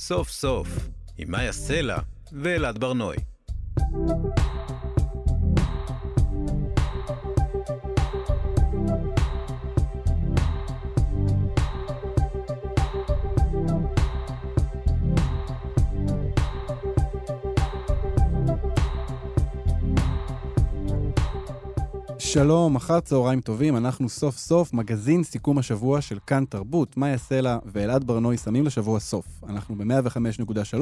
סוף סוף, עם מאיה סלע ואלעד ברנוי. שלום, אחר צהריים טובים, אנחנו סוף סוף מגזין סיכום השבוע של כאן תרבות. מאיה סלע ואלעד ברנוי שמים לשבוע סוף. אנחנו ב-105.3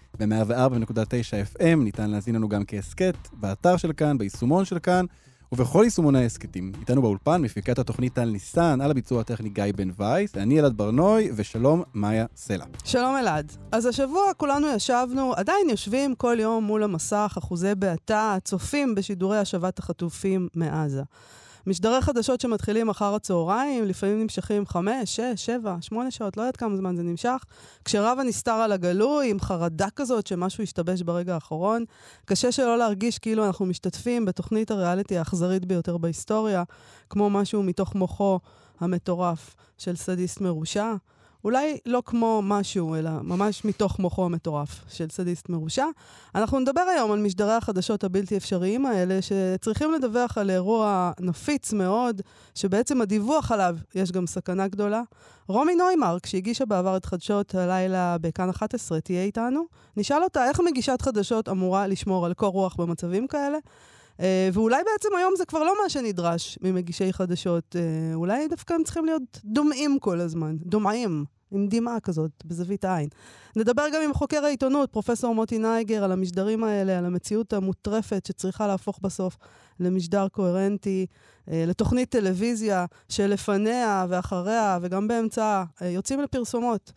ו-104.9 FM, ניתן להזין לנו גם כעסקט, באתר של כאן, ביישומון של כאן, ובכל יישומוני העסקטים. איתנו באולפן מפיקת התוכנית טל ניסן, על הביצוע הטכני גיא בן וייס, אני אלעד ברנוי, ושלום מאיה סלע. שלום אלעד. אז השבוע כולנו ישבנו, עדיין יושבים כל יום מול המסך, אחוזי בעתה, צופים בשידורי השבת החטופים מעזה. משדרי חדשות שמתחילים אחר הצהריים, לפעמים נמשכים 5, 6, 7, 8 שעות, לא יודעת כמה זמן זה נמשך. כשרב הנסתר על הגלוי, עם חרדה כזאת שמשהו ישתבש ברגע האחרון, קשה שלא להרגיש כאילו אנחנו משתתפים בתוכנית הריאליטי האכזרית ביותר בהיסטוריה, כמו משהו מתוך מוחו המטורף של סדיסט מרושע. אולי לא כמו משהו, אלא ממש מתוך מוחו המטורף של סדיסט מרושע. אנחנו נדבר היום על משדרי החדשות הבלתי אפשריים האלה, שצריכים לדווח על אירוע נפיץ מאוד, שבעצם הדיווח עליו יש גם סכנה גדולה. רומי נוימרק, שהגישה בעבר את חדשות הלילה בכאן 11, תהיה איתנו. נשאל אותה איך מגישת חדשות אמורה לשמור על קור רוח במצבים כאלה. ואולי בעצם היום זה כבר לא מה שנדרש ממגישי חדשות. אולי דווקא הם צריכים להיות דומעים כל הזמן. דומעים. עם דמעה כזאת, בזווית העין. נדבר גם עם חוקר העיתונות, פרופסור מוטי נייגר, על המשדרים האלה, על המציאות המוטרפת שצריכה להפוך בסוף למשדר קוהרנטי, לתוכנית טלוויזיה שלפניה ואחריה וגם באמצעה יוצאים לפרסומות.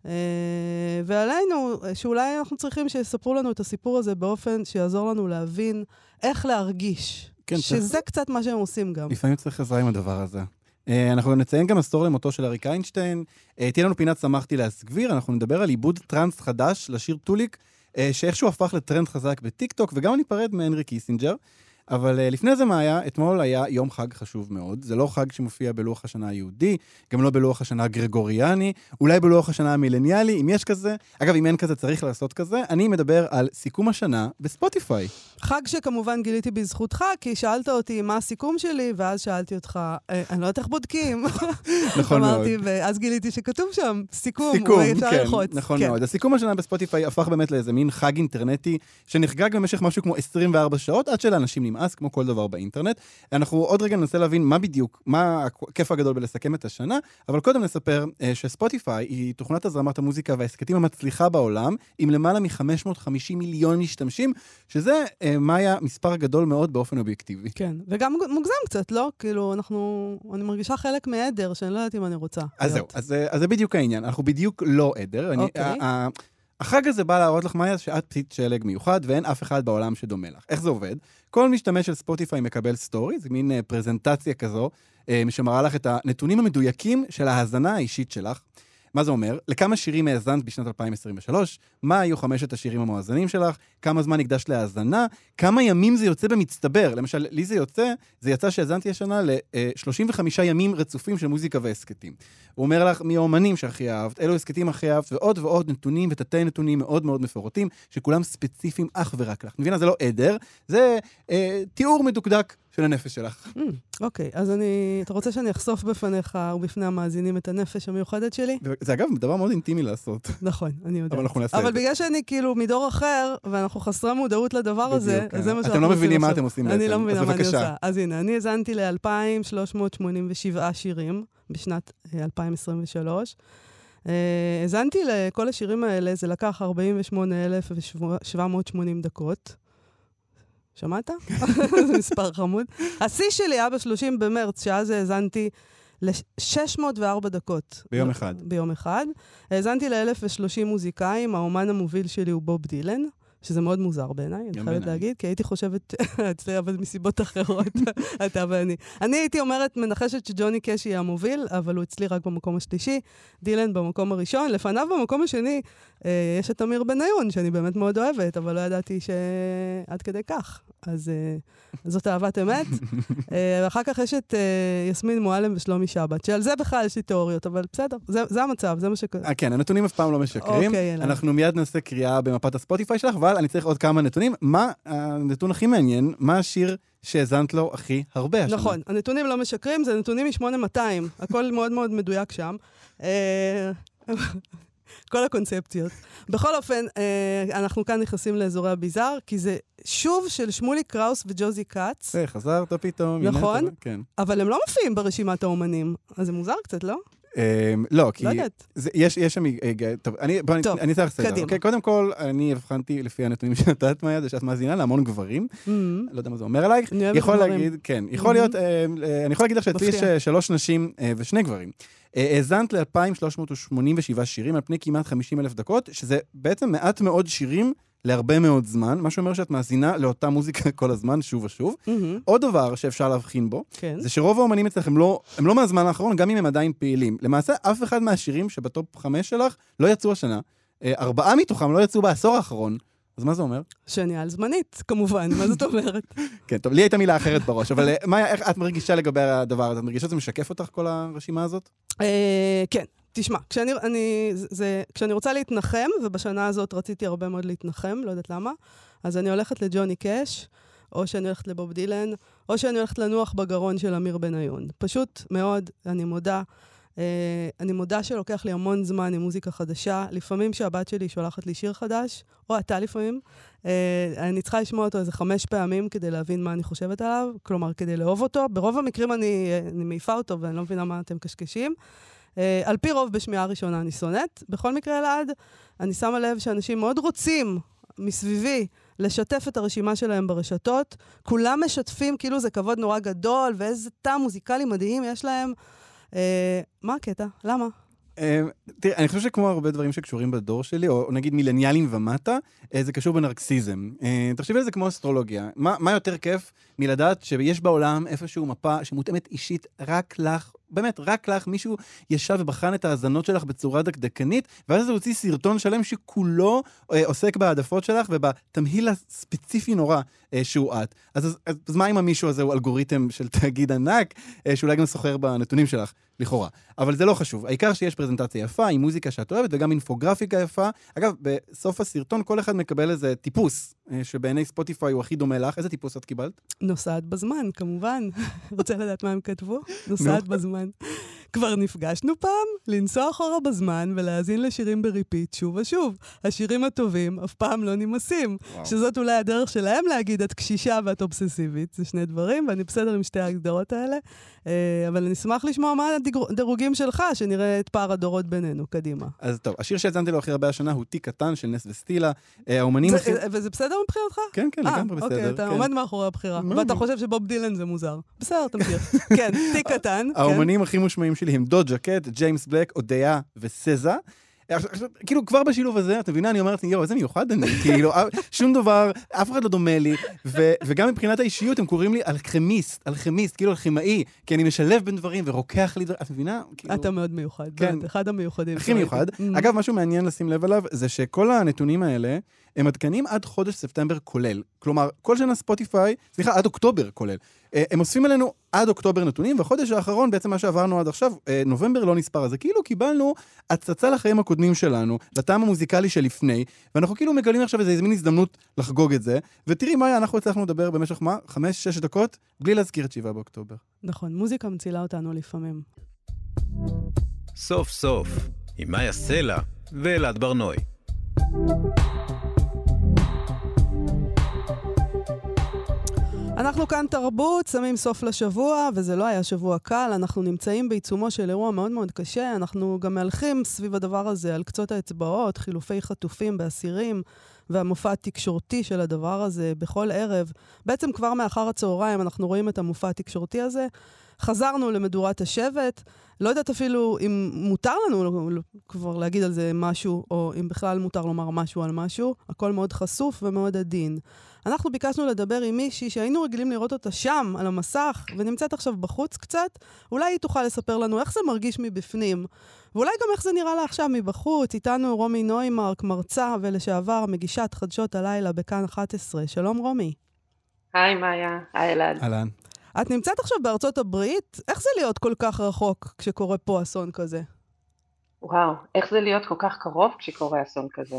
ועלינו, שאולי אנחנו צריכים שיספרו לנו את הסיפור הזה באופן שיעזור לנו להבין איך להרגיש. כן, שזה קצת מה שהם עושים גם. לפעמים צריך עזרה עם הדבר הזה. אנחנו נציין גם עשור למותו של אריק איינשטיין. תהיה לנו פינת שמחתי להסגביר, אנחנו נדבר על עיבוד טרנס חדש לשיר טוליק, שאיכשהו הפך לטרנד חזק בטיק-טוק, וגם ניפרד מהנרי קיסינג'ר. אבל לפני זה מאיה, אתמול היה יום חג חשוב מאוד. זה לא חג שמופיע בלוח השנה היהודי, גם לא בלוח השנה הגרגוריאני, אולי בלוח השנה המילניאלי, אם יש כזה. אגב, אם אין כזה, צריך לעשות כזה. אני מדבר על סיכום השנה בספוטיפיי. חג שכמובן גיליתי בזכותך, כי שאלת אותי מה הסיכום שלי, ואז שאלתי אותך, אני לא יודעת איך בודקים. נכון מאוד. אמרתי, ואז גיליתי שכתוב שם, סיכום, כן, נכון מאוד. הסיכום השנה בספוטיפיי הפך באמת לאיזה מין חג אינטרנטי, שנחגג במשך משהו כמו 24 שעות, עד שלאנשים נמאס, כמו כל דבר באינטרנט. אנחנו עוד רגע ננסה להבין מה בדיוק, מה הכיף הגדול בלסכם את השנה, אבל קודם נספר שספוטיפיי היא תוכנת הזרמת המוזיקה והעסקתים המצליחה בעולם, עם למעלה מ-550 מיליון משתמשים, שזה מאיה מספר גדול מאוד באופן אובייקטיבי. כן, וגם מוגזם קצת, לא? כאילו, אני מרגישה חלק מעדר, שאני לא יודעת אם אני רוצה. אז זהו, אז זה בדיוק העניין. אנחנו בדיוק לא עדר. החג הזה בא להראות לך, מאיה, שאת פסיט שלג מיוחד, ואין אף אחד בעולם שדומה לך. איך זה עובד? כל משתמש של ספוטיפיי מקבל סטורי, זה מין פרזנטציה כזו, שמראה לך את הנתונים המדויקים של ההאזנה האישית שלך. מה זה אומר? לכמה שירים האזנת בשנת 2023? מה היו 5 השירים המואזנים שלך? כמה זמן הקדשת להאזנה? כמה ימים זה יוצא במצטבר? למשל, לי זה יצא שהאזנתי השנה ל-35 ימים רצופים של מוזיקה ועסקתים. הוא אומר לך מי האומנים שהכי אהבת, אלו עסקתים הכי אהבת, ועוד ועוד נתונים ותתי נתונים מאוד מאוד מפורטים, שכולם ספציפיים אך ורק לך. מבינה, זה לא עדר, זה תיאור מדוקדק של הנפש שלך. אוקיי, אז אתה רוצה שאני אחשוף בפניך ובפני המאזינים את הנפש המיוחדת שלי? זה אגב דבר מאוד אינטימי לעשות. נכון, אני יודעת. אבל אנחנו נעשה את זה. אבל בגלל שאני כאילו מדור אחר, ואנחנו חסרי מודעות לדבר הזה, אז זה מה אתם לא מבינים מה אתם עושים בעצם. אני לא מבינה מה אני עושה. אז הנה, אני האזנתי ל-2,387 שירים בשנת 2023. האזנתי לכל השירים האלה, זה לקח 48,780 דקות. שמעת? זה מספר חמוד. השיא שלי היה ב-30 במרץ, שאז האזנתי ל-604 דקות. ביום אחד. ביום אחד. האזנתי ל-1,030 מוזיקאים, האומן המוביל שלי הוא בוב דילן, שזה מאוד מוזר בעיניי, אני חייבת להגיד, כי הייתי חושבת, אצלי אבל מסיבות אחרות, אתה ואני. אני הייתי אומרת, מנחשת שג'וני קש יהיה המוביל, אבל הוא אצלי רק במקום השלישי, דילן במקום הראשון, לפניו במקום השני, יש את אמיר בניון, שאני באמת מאוד אוהבת, אבל לא ידעתי שעד כדי כך. אז זאת אהבת אמת. ואחר כך יש את יסמין מועלם ושלומי שבת, שעל זה בכלל יש לי תיאוריות, אבל בסדר, זה המצב, זה מה שקורה. כן, הנתונים אף פעם לא משקרים. אנחנו מיד נעשה קריאה במפת הספוטיפיי שלך, אבל אני צריך עוד כמה נתונים. מה הנתון הכי מעניין? מה השיר שהזנת לו הכי הרבה השנה? נכון, הנתונים לא משקרים, זה נתונים מ-8200. הכל מאוד מאוד מדויק שם. כל הקונספציות. בכל אופן, אנחנו כאן נכנסים לאזורי הביזר, כי זה שוב של שמולי קראוס וג'וזי קאץ. חזרת פתאום. נכון, אבל הם לא מופיעים ברשימת האומנים. אז זה מוזר קצת, לא? לא, כי... לא יודעת. יש שם... טוב, אני צריך לסדר. קודם כל, אני הבחנתי לפי הנתונים שנתת מאיה, זה שאת מאזינה להמון גברים. לא יודע מה זה אומר עלייך. יכול להגיד, כן. יכול להיות, אני יכול להגיד לך שאצלי יש 3 נשים ו2 גברים. האזנת ל-2,387 שירים על פני כמעט 50,000 דקות, שזה בעצם מעט מאוד שירים להרבה מאוד זמן, מה שאומר שאת מאזינה לאותה מוזיקה כל הזמן, שוב ושוב. עוד דבר שאפשר להבחין בו, זה שרוב האומנים אצלך הם לא מהזמן האחרון, גם אם הם עדיין פעילים. למעשה, אף אחד מהשירים שבטופ 5 שלך לא יצאו השנה. 4 מתוכם לא יצאו בעשור האחרון. אז מה זה אומר? שאני על זמנית, כמובן. מה זאת אומרת? כן, טוב, לי הייתה מילה אחרת בראש, אבל מאיה, איך את מרגישה לגבי הדבר הזה? את מרגישה שזה משקף אותך, כל הרשימה הזאת? כן. תשמע, כשאני רוצה להתנחם, ובשנה הזאת רציתי הרבה מאוד להתנחם, לא יודעת למה, אז אני הולכת לג'וני קאש, או שאני הולכת לבוב דילן, או שאני הולכת לנוח בגרון של אמיר בניון. פשוט מאוד, אני מודה שלוקח לי המון זמן עם מוזיקה חדשה, לפעמים שהבת שלי שולחת לי שיר חדש, או אתה לפעמים, אני צריכה לשמוע אותו איזה 5 פעמים כדי להבין מה אני חושבת עליו, כלומר, כדי לאהוב אותו. ברוב המקרים אני מעיפה אותו, ואני לא מבינה מה אתם קשקשים. על פי רוב בשמיעה הראשונה אני שונאת. בכל מקרה אלעד, אני שמה לב שאנשים מאוד רוצים מסביבי לשתף את הרשימה שלהם ברשתות. כולם משתפים, כאילו זה כבוד נורא גדול, ואיזה טעם מוזיקלי מדהים יש להם. מה הקטע? למה? תראה, אני חושב שכמו הרבה דברים שקשורים בדור שלי, או נגיד מילניאלים ומטה, זה קשור בנרקסיזם. תחשבי על זה כמו אסטרולוגיה. מה יותר כיף מלדעת שיש בעולם איפשהו מפה שמותאמת אישית רק לך, באמת, רק לך, מישהו ישב ובחן את האזנות שלך בצורה דקדקנית, ואז זה הוציא סרטון שלם שכולו עוסק בעדפות שלך ובתמהיל הספציפי נורא שהוא את. אז מה אם המישהו הזה הוא אלגוריתם של תאגיד ענק, שאולי גם סוחר בנתונים שלך, לכאורה. אבל זה לא חשוב. העיקר שיש פרזנטציה יפה, עם מוזיקה שאת אוהבת, וגם אינפוגרפיקה יפה. אגב, בסוף הסרטון כל אחד מקבל איזה טיפוס, שבעיני ספוטיפיי הוא הכי דומה לך. איזה טיפוס את קיבלת? נוסעת בזמן, כמובן. רוצה לדעת מה הם כתבו? נוסעת בזמן. כבר נפגשנו פעם? לנסוע אחורה בזמן ולהאזין לשירים בריפיט שוב ושוב. השירים הטובים אף פעם לא נמאסים. שזאת אולי הדרך שלהם להגיד את קשישה ואת אובססיבית. זה 2 דברים, ואני בסדר עם 2 ההגדרות האלה. אבל אני אשמח לשמוע מה הדירוגים שלך, שנראה את פער הדורות בינינו. קדימה. אז טוב, השיר שהזנתי לו הכי הרבה השנה הוא תיק קטן של נס וסטילה. וזה בסדר מבחירתך? כן, לגמרי בסדר. אוקיי, אתה עומד מאחורי הבחירה. ואתה חושב שבוב דילן זה מוזר. בסדר, תמשיך. כן, תיק קטן. האומנים הכי מושמעים שלי הם דוג'ה קט, ג'יימס בלק, אודיה וסזה. כאילו כבר בשילוב הזה, אתה מבינה, אני אומרת, יו, איזה מיוחד אני, כאילו, שום דבר, אף אחד לא דומה לי, וגם מבחינת האישיות הם קוראים לי אלכימיסט, כאילו אלכימאי, כי אני משלב בין דברים ורוקח לי דברים, אתה מבינה? אתה מאוד מיוחד, אחד המיוחדים. הכי מיוחד. אגב, משהו מעניין לשים לב עליו, זה שכל הנתונים האלה, הם עדכנים עד חודש ספטמבר כולל. כלומר, כל שנה ספוטיפיי, עד אוקטובר כולל. הם אוספים אלינו עד אוקטובר נתונים, והחודש האחרון, בעצם מה שעברנו עד עכשיו, נובמבר לא נספר. אז כאילו קיבלנו הצצה לחיים הקודמים שלנו, לטעם המוזיקלי שלפני, ואנחנו כאילו מגלים עכשיו איזו מין הזדמנות לחגוג את זה, ותראי מה אנחנו הצלחנו לדבר במשך 5-6 דקות, בלי להזכיר את 7 באוקטובר. נכון, מוזיקה מצילה אותנו לפעמים. סוף סוף, עם מאיה סלע ואלעד ברנועי. אנחנו כאן תרבות, שמים סוף לשבוע, וזה לא היה שבוע קל, אנחנו נמצאים בעיצומו של אירוע מאוד מאוד קשה, אנחנו גם מהלכים סביב הדבר הזה על קצות האצבעות, חילופי חטופים באסירים, והמופע התקשורתי של הדבר הזה בכל ערב. בעצם כבר מאחר הצהריים אנחנו רואים את המופע התקשורתי הזה, חזרנו למדורת השבט, לא יודעת אפילו אם מותר לנו כבר להגיד על זה משהו, או אם בכלל מותר לומר משהו על משהו, הכל מאוד חשוף ומאוד עדין. אנחנו ביקשנו לדבר עם מישהי שהיינו רגילים לראות אותה שם, על המסך, ונמצאת עכשיו בחוץ קצת, אולי היא תוכל לספר לנו איך זה מרגיש מבפנים, ואולי גם איך זה נראה לה עכשיו מבחוץ. איתנו רומי נוימרק, מרצה ולשעבר מגישת חדשות הלילה בכאן 11. שלום רומי. היי מאיה, היי אלעד. אהלן. את נמצאת עכשיו בארצות הברית, איך זה להיות כל כך רחוק כשקורה פה אסון כזה? וואו, איך זה להיות כל כך קרוב כשקורה אסון כזה?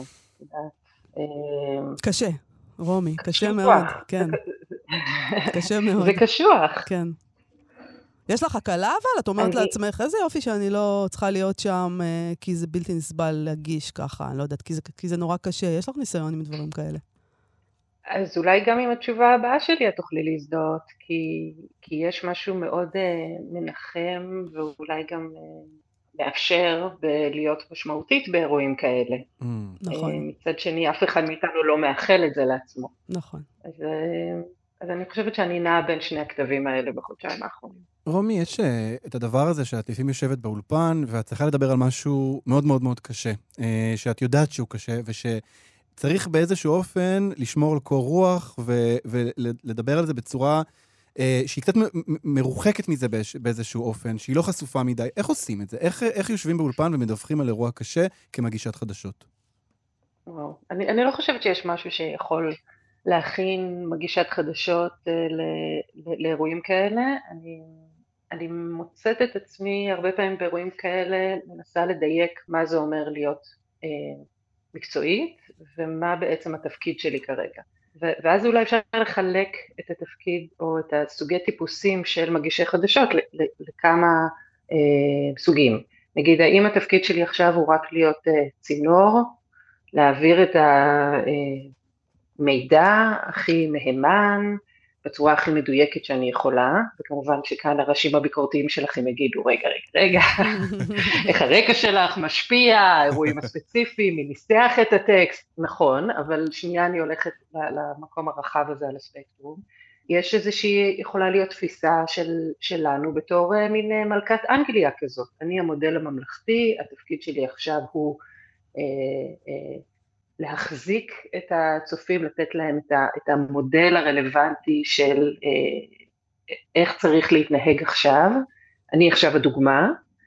קשה, רומי, קשה קשוח. מאוד, כן. קשה מאוד. זה קשוח. כן. יש לך הקלה אבל? את אומרת לעצמך, איזה יופי שאני לא צריכה להיות שם, כי זה בלתי נסבל להגיש ככה, אני לא יודעת, כי זה נורא קשה. יש לך ניסיון עם דברים כאלה? אז אולי גם עם התשובה הבאה שלי את תוכלי להזדהות, כי יש משהו מאוד מנחם ואולי גם מאפשר בלהיות משמעותית באירועים כאלה. נכון. מצד שני, אף אחד מאיתנו לא מאחל את זה לעצמו. נכון. אז אני חושבת שאני נעה בין שני הכתבים האלה בחודשיים האחרונים. רומי, יש את הדבר הזה שאת לפעמים יושבת באולפן, ואת צריכה לדבר על משהו מאוד מאוד מאוד קשה, שאת יודעת שהוא קשה, וצריך באיזשהו אופן לשמור על קור רוח, ולדבר על זה בצורה שהיא קצת מרוחקת מזה באיזשהו אופן, שהיא לא חשופה מדי. איך עושים את זה? איך יושבים באולפן ומדווחים על אירוע קשה כמגישת חדשות? וואו, אני לא חושבת שיש משהו שיכול להכין מגישת חדשות לאירועים כאלה. אני מוצאת את עצמי הרבה פעמים באירועים כאלה, מנסה לדייק מה זה אומר להיות מקצועית, ומה בעצם התפקיד שלי כרגע. ואז אולי אפשר לחלק את התפקיד או את הסוגי טיפוסים של מגישי חדשות לכמה סוגים. נגיד, האם התפקיד שלי עכשיו הוא רק להיות צינור, להעביר את המידע הכי מהימן, בצורה הכי מדויקת שאני יכולה, וכמובן שכאן הראשים הביקורתיים שלכם יגידו, רגע, איך הרקע שלך משפיע, האירועים הספציפיים, מי ניסח את הטקסט, נכון, אבל שנייה אני הולכת למקום הרחב הזה על הספקטרום. יש איזושהי, יכולה להיות תפיסה שלנו בתור מין מלכת אנגליה כזאת. אני המודל הממלכתי, התפקיד שלי עכשיו הוא להחזיק את הצופים, לתת להם את המודל הרלוונטי של איך צריך להתנהג עכשיו. אני עכשיו הדוגמה.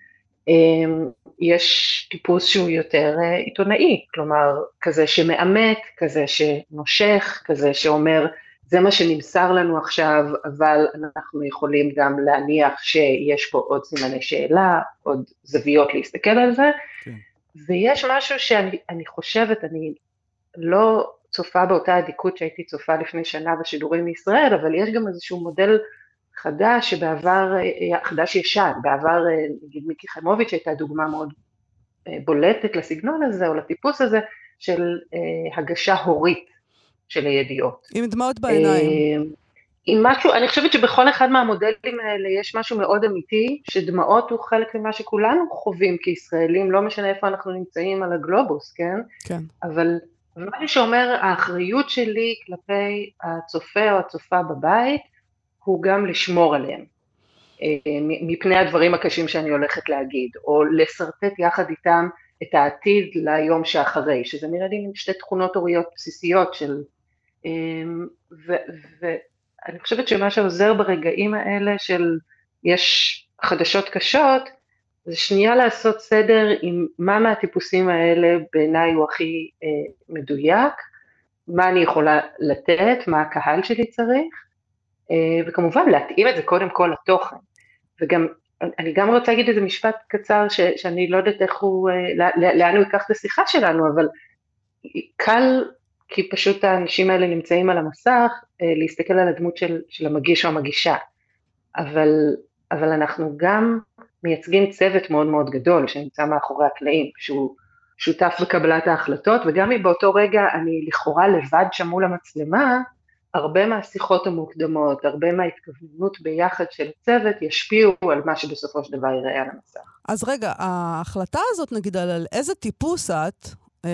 יש טיפוס שהוא יותר עיתונאי, כלומר כזה שמאמת, כזה שנושך, כזה שאומר זה מה שנמסר לנו עכשיו, אבל אנחנו יכולים גם להניח שיש פה עוד סימני שאלה, עוד זוויות להסתכל על זה. כן. ויש משהו שאני חושבת, אני לא צופה באותה עדיקות שהייתי צופה לפני שנה בשידורים מישראל, אבל יש גם איזשהו מודל חדש שבעבר, חדש ישן, בעבר נגיד מיקי חיימוביץ' הייתה דוגמה מאוד בולטת לסגנון הזה או לטיפוס הזה של הגשה הורית של הידיעות. עם דמעות בעיניים. עם משהו, אני חושבת שבכל אחד מהמודלים האלה יש משהו מאוד אמיתי, שדמעות הוא חלק ממה שכולנו חווים כישראלים, לא משנה איפה אנחנו נמצאים על הגלובוס, כן? כן. אבל משהו שאומר, האחריות שלי כלפי הצופה או הצופה בבית, הוא גם לשמור עליהם, מפני הדברים הקשים שאני הולכת להגיד, או לסרטט יחד איתם את העתיד ליום שאחרי, שזה נראה לי שתי תכונות הוריות בסיסיות של, ואני חושבת שמה שעוזר ברגעים האלה של יש חדשות קשות, זה שנייה לעשות סדר עם מה מהטיפוסים האלה בעיניי הוא הכי מדויק, מה אני יכולה לתת, מה הקהל שלי צריך, וכמובן להתאים את זה קודם כל לתוכן. וגם, אני גם רוצה להגיד איזה משפט קצר שאני לא יודעת איך הוא, לאן הוא ייקח את השיחה שלנו, אבל קל, כי פשוט האנשים האלה נמצאים על המסך, להסתכל על הדמות של המגיש או המגישה. אבל אנחנו גם מייצגים צוות מאוד מאוד גדול שנמצא מאחורי הקלעים, שהוא שותף בקבלת ההחלטות, וגם אם באותו רגע אני לכאורה לבד שם מול המצלמה, הרבה מהשיחות המוקדמות, הרבה מההתכווננות ביחד של הצוות ישפיעו על מה שבסופו של דבר יראה על המסך. אז רגע, ההחלטה הזאת נגיד על איזה טיפוס את,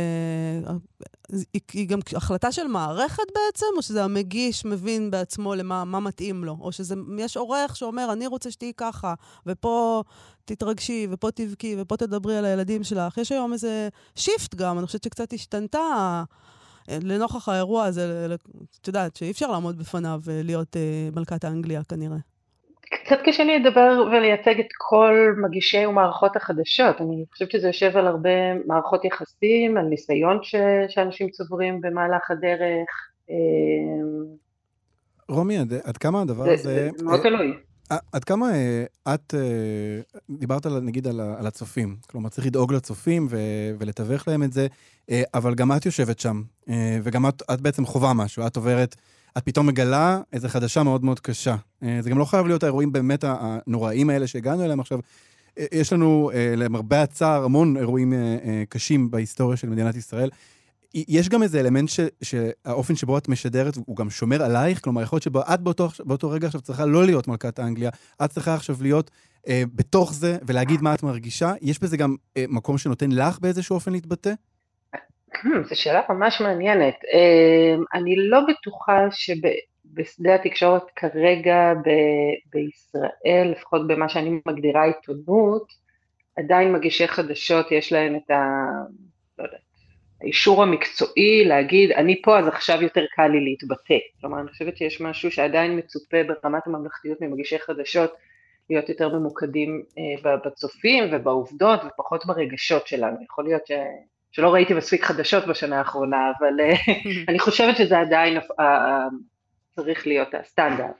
היא גם החלטה של מערכת בעצם, או שזה המגיש מבין בעצמו מה מתאים לו, או שיש עורך שאומר, אני רוצה שתהי ככה, ופה תתרגשי, ופה תבכי, ופה תדברי על הילדים שלך. יש היום איזה שיפט גם, אני חושבת שקצת השתנתה לנוכח האירוע הזה, את יודעת, שאי אפשר לעמוד בפניו ולהיות מלכת האנגליה כנראה. קצת קשה לי לדבר ולייצג את כל מגישי ומערכות החדשות, אני חושבת שזה יושב על הרבה מערכות יחסים, על ניסיון שאנשים צוברים במהלך הדרך. רומי, עד כמה הדבר הזה... זה מאוד תלוי. עד כמה את דיברת נגיד על הצופים, כלומר צריך לדאוג לצופים ולתווך להם את זה, אבל גם את יושבת שם, וגם את בעצם חובה משהו, את עוברת, את פתאום מגלה איזו חדשה מאוד מאוד קשה. זה גם לא חייב להיות האירועים באמת הנוראים האלה שהגענו אליהם עכשיו. יש לנו למרבה הצער המון אירועים קשים בהיסטוריה של מדינת ישראל. יש גם איזה אלמנט שהאופן שבו את משדרת הוא גם שומר עלייך, כלומר יכול להיות שבו את באותו רגע עכשיו צריכה לא להיות מלכת האנגליה, את צריכה עכשיו להיות בתוך זה ולהגיד מה את מרגישה, יש בזה גם מקום שנותן לך באיזשהו אופן להתבטא? זו שאלה ממש מעניינת. אני לא בטוחה שבשדה התקשורת כרגע בישראל, לפחות במה שאני מגדירה עיתונות, עדיין מגישי חדשות יש להם את לא יודעת, האישור המקצועי להגיד, אני פה אז עכשיו יותר קל לי להתבטא. כלומר, אני חושבת שיש משהו שעדיין מצופה ברמת הממלכתיות ממגישי חדשות, להיות יותר ממוקדים בצופים ובעובדות ופחות ברגשות שלנו. יכול להיות שלא ראיתי מספיק חדשות בשנה האחרונה, אבל אני חושבת שזה עדיין צריך להיות הסטנדרט.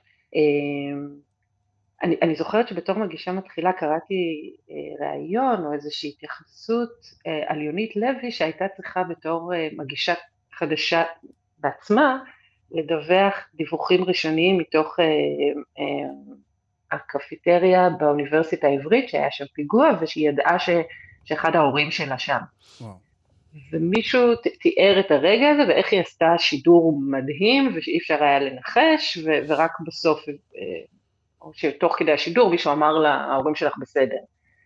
אני זוכרת שבתור מגישה מתחילה קראתי ראיון או איזושהי התייחסות על יונית לוי שהייתה צריכה בתור מגישה חדשה בעצמה לדווח דיווחים ראשוניים מתוך הקפיטריה באוניברסיטה העברית שהיה שם פיגוע ושהיא ידעה שאחד ההורים שלה שם. וואו. ומישהו תיאר את הרגע הזה ואיך היא עשתה שידור מדהים ושאי אפשר היה לנחש ורק בסוף או שתוך כדי השידור מישהו אמר לה, ההורים שלך בסדר.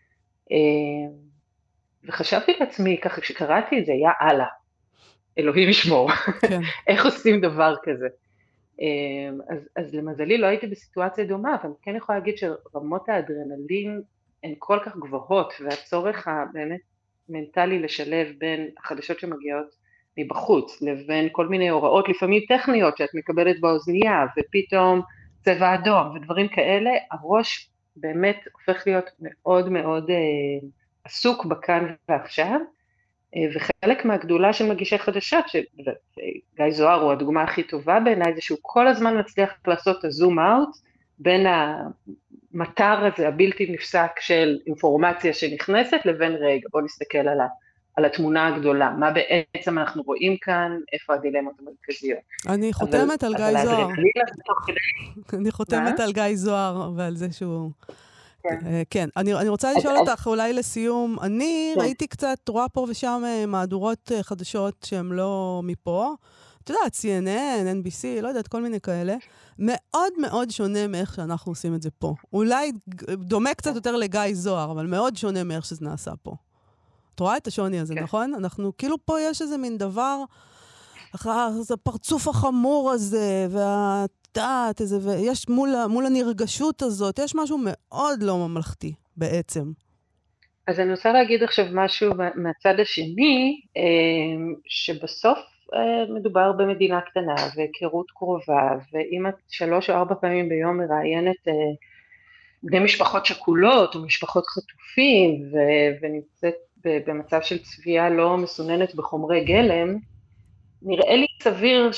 וחשבתי לעצמי, ככה כשקראתי את זה, היה הלאה, אלוהים ישמור, כן. איך עושים דבר כזה. אז למזלי לא הייתי בסיטואציה דומה, אבל אני כן יכולה להגיד שרמות האדרנלין הן כל כך גבוהות, והצורך הבאמת מנטלי לשלב בין החדשות שמגיעות מבחוץ, לבין כל מיני הוראות לפעמים טכניות שאת מקבלת באוזנייה, ופתאום צבע אדום ודברים כאלה, הראש באמת הופך להיות מאוד מאוד עסוק בכאן ועכשיו, וחלק מהגדולה של מגישי חדשות, שגיא זוהר הוא הדוגמה הכי טובה בעיניי, זה שהוא כל הזמן מצליח לעשות את הזום אאוט, בין המטר הזה הבלתי נפסק של אינפורמציה שנכנסת, לבין רגע, בוא נסתכל על התמונה הגדולה, מה בעצם אנחנו רואים כאן, איפה הדילמות המרכזיות. אני חותמת על גיא זוהר. אני חותמת על גיא זוהר ועל זה שהוא... כן, אני רוצה לשאול אותך אולי לסיום, אני ראיתי קצת, רואה פה ושם מהדורות חדשות שהן לא מפה, אתה יודע, CNN, NBC, לא יודעת, כל מיני כאלה, מאוד מאוד שונה מאיך שאנחנו עושים את זה פה. אולי דומה קצת יותר לגיא זוהר, אבל מאוד שונה מאיך שזה נעשה פה. את רואה את השוני הזה, נכון? אנחנו, כאילו פה יש איזה מין דבר, זה הפרצוף החמור הזה, והדעת הזה, ויש מול הנרגשות הזאת, יש משהו מאוד לא ממלכתי בעצם. אז אני רוצה להגיד עכשיו משהו מהצד השני, שבסוף מדובר במדינה קטנה, והיכרות קרובה, ואם את 3 או 4 פעמים ביום מראיינת בני משפחות שכולות, או משפחות חטופים, ונמצאת במצב של צביעה לא מסוננת בחומרי גלם, נראה לי סביר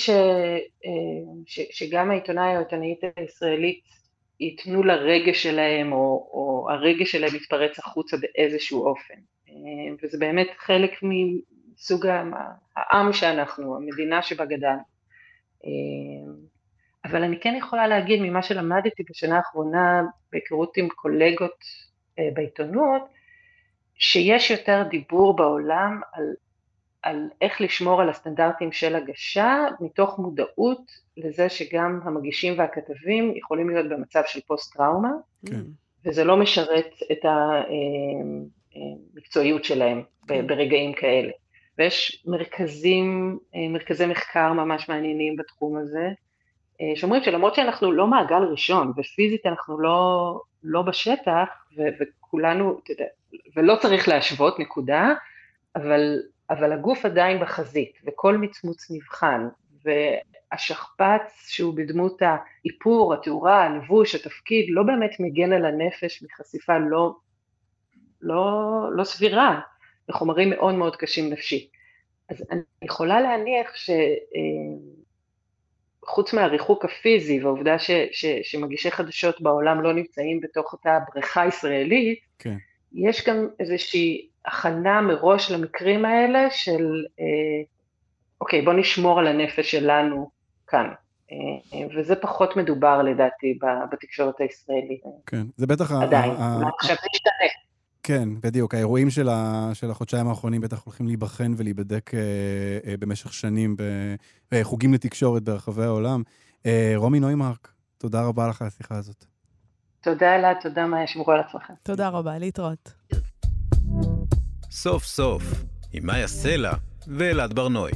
שגם העיתונאי או העיתונאית הישראלית ייתנו לרגש שלהם, או הרגש שלהם יתפרץ החוצה באיזשהו אופן. וזה באמת חלק מסוג העם שאנחנו, המדינה שבה גדלנו. אבל אני כן יכולה להגיד ממה שלמדתי בשנה האחרונה, בהיכרות עם קולגות בעיתונות, שיש יותר דיבור בעולם על איך לשמור על הסטנדרטים של הגשה, מתוך מודעות לזה שגם המגישים והכתבים יכולים להיות במצב של פוסט-טראומה, וזה לא משרת את המקצועיות שלהם ברגעים כאלה. ויש מרכזי מחקר ממש מעניינים בתחום הזה, שאומרים שלמרות שאנחנו לא מעגל ראשון, ופיזית אנחנו לא בשטח, וכולנו, אתה יודע, ולא צריך להשוות, נקודה, אבל הגוף עדיין בחזית, וכל מצמוץ נבחן, והשכפץ שהוא בדמות האיפור, התאורה, הלבוש, התפקיד, לא באמת מגן על הנפש מחשיפה לא סבירה, לחומרים מאוד מאוד קשים נפשית. אז אני יכולה להניח חוץ מהריחוק הפיזי, והעובדה שמגישי חדשות בעולם לא נמצאים בתוך אותה בריכה ישראלית, כן. יש גם איזושהי הכנה מראש למקרים האלה של, אוקיי, בוא נשמור על הנפש שלנו כאן. וזה פחות מדובר לדעתי בתקשורת הישראלית. כן, זה בטח... עדיין, עכשיו זה ישתנה. כן, בדיוק. האירועים של החודשיים האחרונים בטח הולכים להיבחן ולהיבדק במשך שנים בחוגים לתקשורת ברחבי העולם. רומי נוימרק, תודה רבה לך על השיחה הזאת. תודה אלעד, תודה מאיה, שמרו על עצמכם. תודה רבה, להתראות. סוף סוף, עם מאיה סלע ואלעד ברנועי.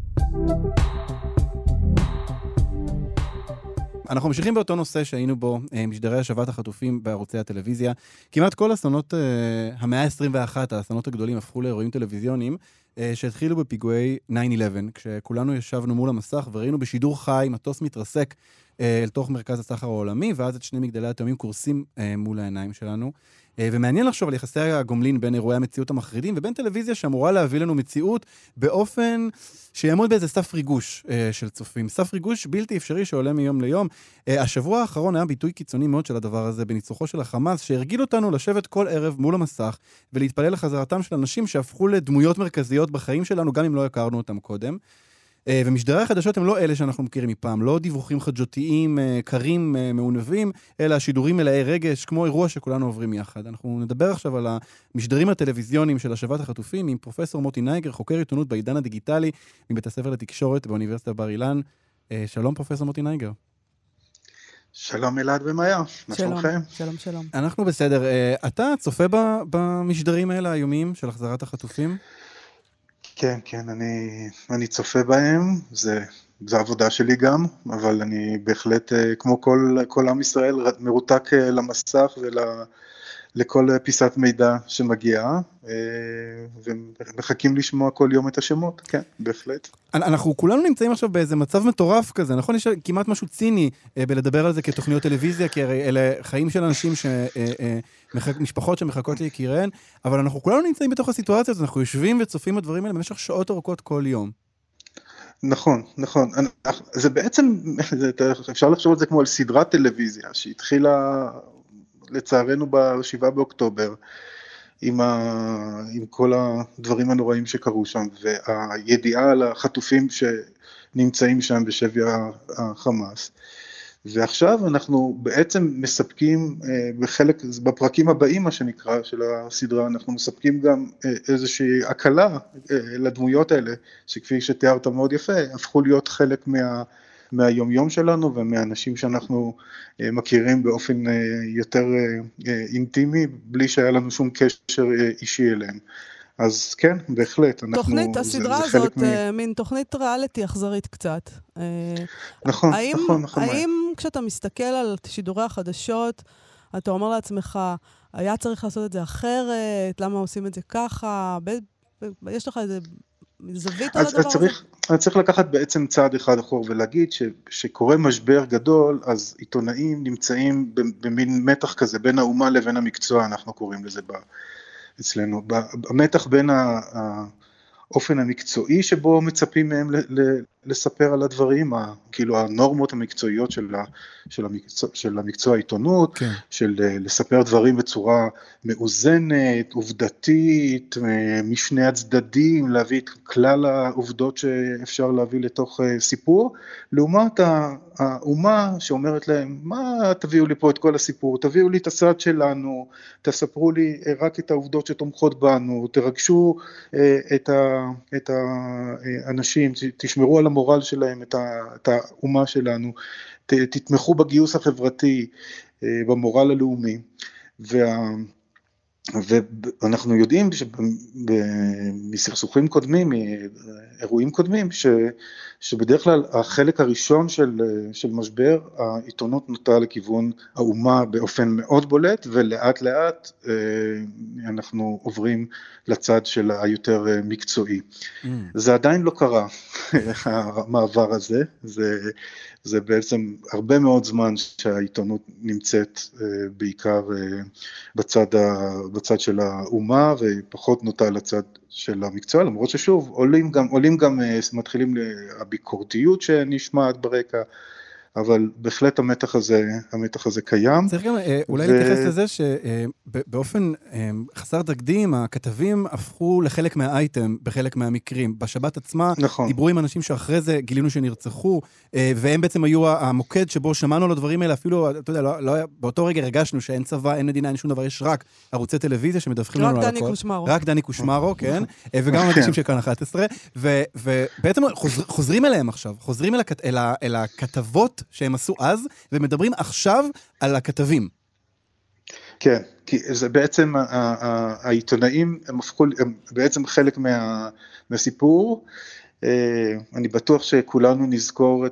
אנחנו ממשיכים באותו נושא שהיינו בו, משדרי השבת החטופים בערוצי הטלוויזיה. כמעט כל אסונות המאה ה-21, האסונות הגדולים, הפכו לאירועים טלוויזיוניים, שהתחילו בפיגועי 9/11, כשכולנו ישבנו מול המסך וראינו בשידור חי מטוס מתרסק אל תוך מרכז הסחר העולמי, ואז את שני מגדלי התאומים קורסים מול העיניים שלנו. ומעניין לחשוב על יחסי הגומלין בין אירועי המציאות המחרידים, ובין טלוויזיה שאמורה להביא לנו מציאות באופן שיעמוד באיזה סף ריגוש של צופים. סף ריגוש בלתי אפשרי שעולה מיום ליום. השבוע האחרון היה ביטוי קיצוני מאוד של הדבר הזה, בניצוחו של החמאס, שהרגיל אותנו לשבת כל ערב מול המסך, ולהתפלל לחזרתם של אנשים שהפכו לדמויות מרכזיות בחיים שלנו, גם אם לא הכרנו אותם קודם. ומשדרי החדשות הם לא אלה שאנחנו מכירים מפעם, לא דיווחים חדשותיים, קרים, מעונבים, אלא שידורים מלאי רגש, כמו אירוע שכולנו עוברים יחד. אנחנו נדבר עכשיו על המשדרים הטלוויזיוניים של השבת החטופים, עם פרופסור מוטי נייגר, חוקר עיתונות בעידן הדיגיטלי, מבית הספר לתקשורת באוניברסיטת בר אילן. שלום פרופסור מוטי נייגר. שלום אלעד ומאיה, מה שלומכם? שלום, שלום. אנחנו בסדר. אתה צופה במשדרים האלה היומיים של החזרת החטופים? כן, אני צופה בהם, זה העבודה שלי גם, אבל אני בהחלט, כמו כל עם ישראל, מרותק למסך ולכל פיסת מידע שמגיעה, ומחכים לשמוע כל יום את השמות, כן, בהחלט. אנחנו כולנו נמצאים עכשיו באיזה מצב מטורף כזה, נכון? יש כמעט משהו ציני בלדבר על זה כתוכניות טלוויזיה, כי הרי אלה חיים של אנשים, משפחות שמחכות ליקיריהן, אבל אנחנו כולנו נמצאים בתוך הסיטואציה הזאת, אנחנו יושבים וצופים בדברים האלה במשך שעות ארוכות כל יום. נכון. זה בעצם, אפשר לחשוב על זה כמו על סדרת טלוויזיה, שהתחילה לצערנו ב7 באוקטובר, עם כל הדברים הנוראים שקרו שם, והידיעה על החטופים שנמצאים שם בשבי החמאס. ועכשיו אנחנו בעצם מספקים בפרקים הבאים, מה שנקרא, של הסדרה, אנחנו מספקים גם איזושהי הקלה לדמויות האלה, שכפי שתיארת מאוד יפה, הפכו להיות חלק מהיום-יום שלנו, ומהאנשים שאנחנו מכירים באופן יותר אינטימי, בלי שהיה לנו שום קשר אישי אליהם. אז כן, בהחלט. תוכנית הסדרה הזאת, מין תוכנית ריאליטי אכזרית קצת. נכון. האם כשאתה מסתכל על שידורי החדשות, אתה אומר לעצמך, היה צריך לעשות את זה אחרת, למה עושים את זה ככה? יש לך איזה זווית על הדבר הזה? אני צריך לקחת בעצם צעד אחד אחור ולהגיד שקורה משבר גדול, אז עיתונאים נמצאים במין מתח כזה, בין האומה לבין המקצוע, אנחנו קוראים לזה אצלנו, המתח בין האופן המקצועי שבו מצפים מהם לספר על הדברים, כאילו הנורמות המקצועיות של המקצוע העיתונות, כן. של לספר דברים בצורה מאוזנת, עובדתית, משני הצדדים, להביא את כלל העובדות שאפשר להביא לתוך סיפור, לעומת האומה שאומרת להם, מה תביאו לי פה את כל הסיפור, תביאו לי את הצד שלנו, תספרו לי רק את העובדות שתומכות בנו, תרגשו את האנשים, תשמרו על המורל שלהם, את האומה שלנו, תתמכו בגיוס החברתי, במורל הלאומי, ואנחנו יודעים מסכסוכים קודמים, מאירועים קודמים, שבדרך כלל החלק הראשון של משבר, העיתונות נוטה לכיוון האומה באופן מאוד בולט, ולאט לאט אנחנו עוברים לצד של היותר מקצועי. זה עדיין לא קרה, המעבר הזה, זה בעצם הרבה מאוד זמן שהעיתונות נמצאת בעיקר בצד של האומה, ופחות נוטה לצד של המקצוע, למרות ששוב, עולים גם מתחילים הביקורתיות שנשמעת ברקע, אבל בהחלט המתח הזה קיים. צריך גם אולי להתייחס לזה שבאופן חסר תקדים, הכתבים הפכו לחלק מהאייטם בחלק מהמקרים. בשבת עצמה דיברו עם אנשים שאחרי זה גילינו שנרצחו, והם בעצם היו המוקד שבו שמענו על הדברים האלה, אפילו, אתה יודע, באותו רגע הרגשנו שאין צבא, אין מדינה, אין שום דבר, יש רק ערוצי טלוויזיה שמדווחים לנו על הכל. רק דני קושמרו, כן, וגם אנשים של כאן 11, ובעצם חוזרים אליהם עכשיו, חוזרים אל הכתבות שהם עשו אז, ומדברים עכשיו על הכתבים. כן, כי זה בעצם, העיתונאים הם בעצם חלק מהסיפור. אני בטוח שכולנו נזכור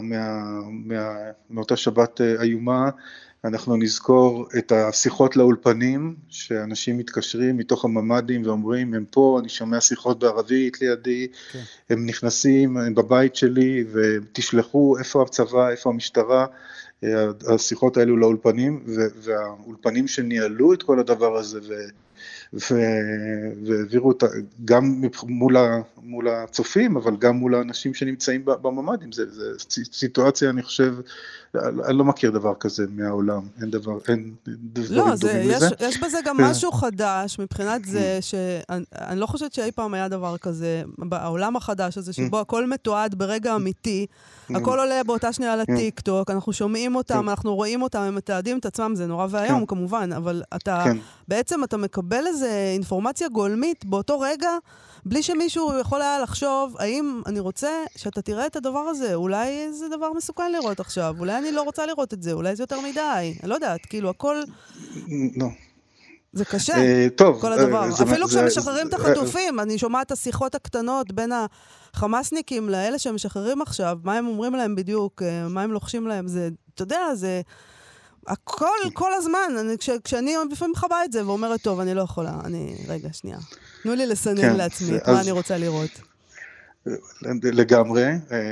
מאותה שבת איומה, אנחנו נזכור את השיחות לאולפנים, שאנשים מתקשרים מתוך הממדים ואומרים, הם פה, אני שומע שיחות בערבית לידי, הם נכנסים, הם בבית שלי, ותשלחו איפה הצבא, איפה המשטרה, השיחות האלו לאולפנים, והאולפנים שניהלו את כל הדבר הזה, והעבירו אותה גם מול הצופים, אבל גם מול האנשים שנמצאים בממדים. זה סיטואציה, אני חושב, אני לא מכיר דבר כזה מהעולם, אין דברים דומים לזה. יש בזה גם משהו חדש, מבחינת זה שאני לא חושבת שאי פעם היה דבר כזה, בעולם החדש הזה, שבו הכל מתועד ברגע אמיתי, הכל עולה באותה שנייה לטיק טוק, אנחנו שומעים אותם, אנחנו רואים אותם, הם מתעדים את עצמם, זה נורא והיום כמובן, אבל בעצם אתה מקבל איזה אינפורמציה גולמית באותו רגע, בלי שמישהו יכול היה לחשוב, האם אני רוצה שאתה תראה את הדבר הזה, אולי זה דבר מסוכן לראות עכשיו, אולי אני לא רוצה לראות את זה, אולי זה יותר מדי, אני לא יודעת, כאילו הכל... לא. זה קשה, טוב, כל הדבר. אפילו כשמשחררים את החטופים, אני שומעת את השיחות הקטנות בין החמאסניקים לאלה שמשחררים עכשיו, מה הם אומרים להם בדיוק, מה הם לוחשים להם, זה, אתה יודע, זה... הכל, כל הזמן, כשאני לפעמים חווה את זה ואומרת, טוב, אני לא יכולה, רגע, שנייה. תנו לי לסנן לעצמי מה אני רוצה לראות. לגמרי,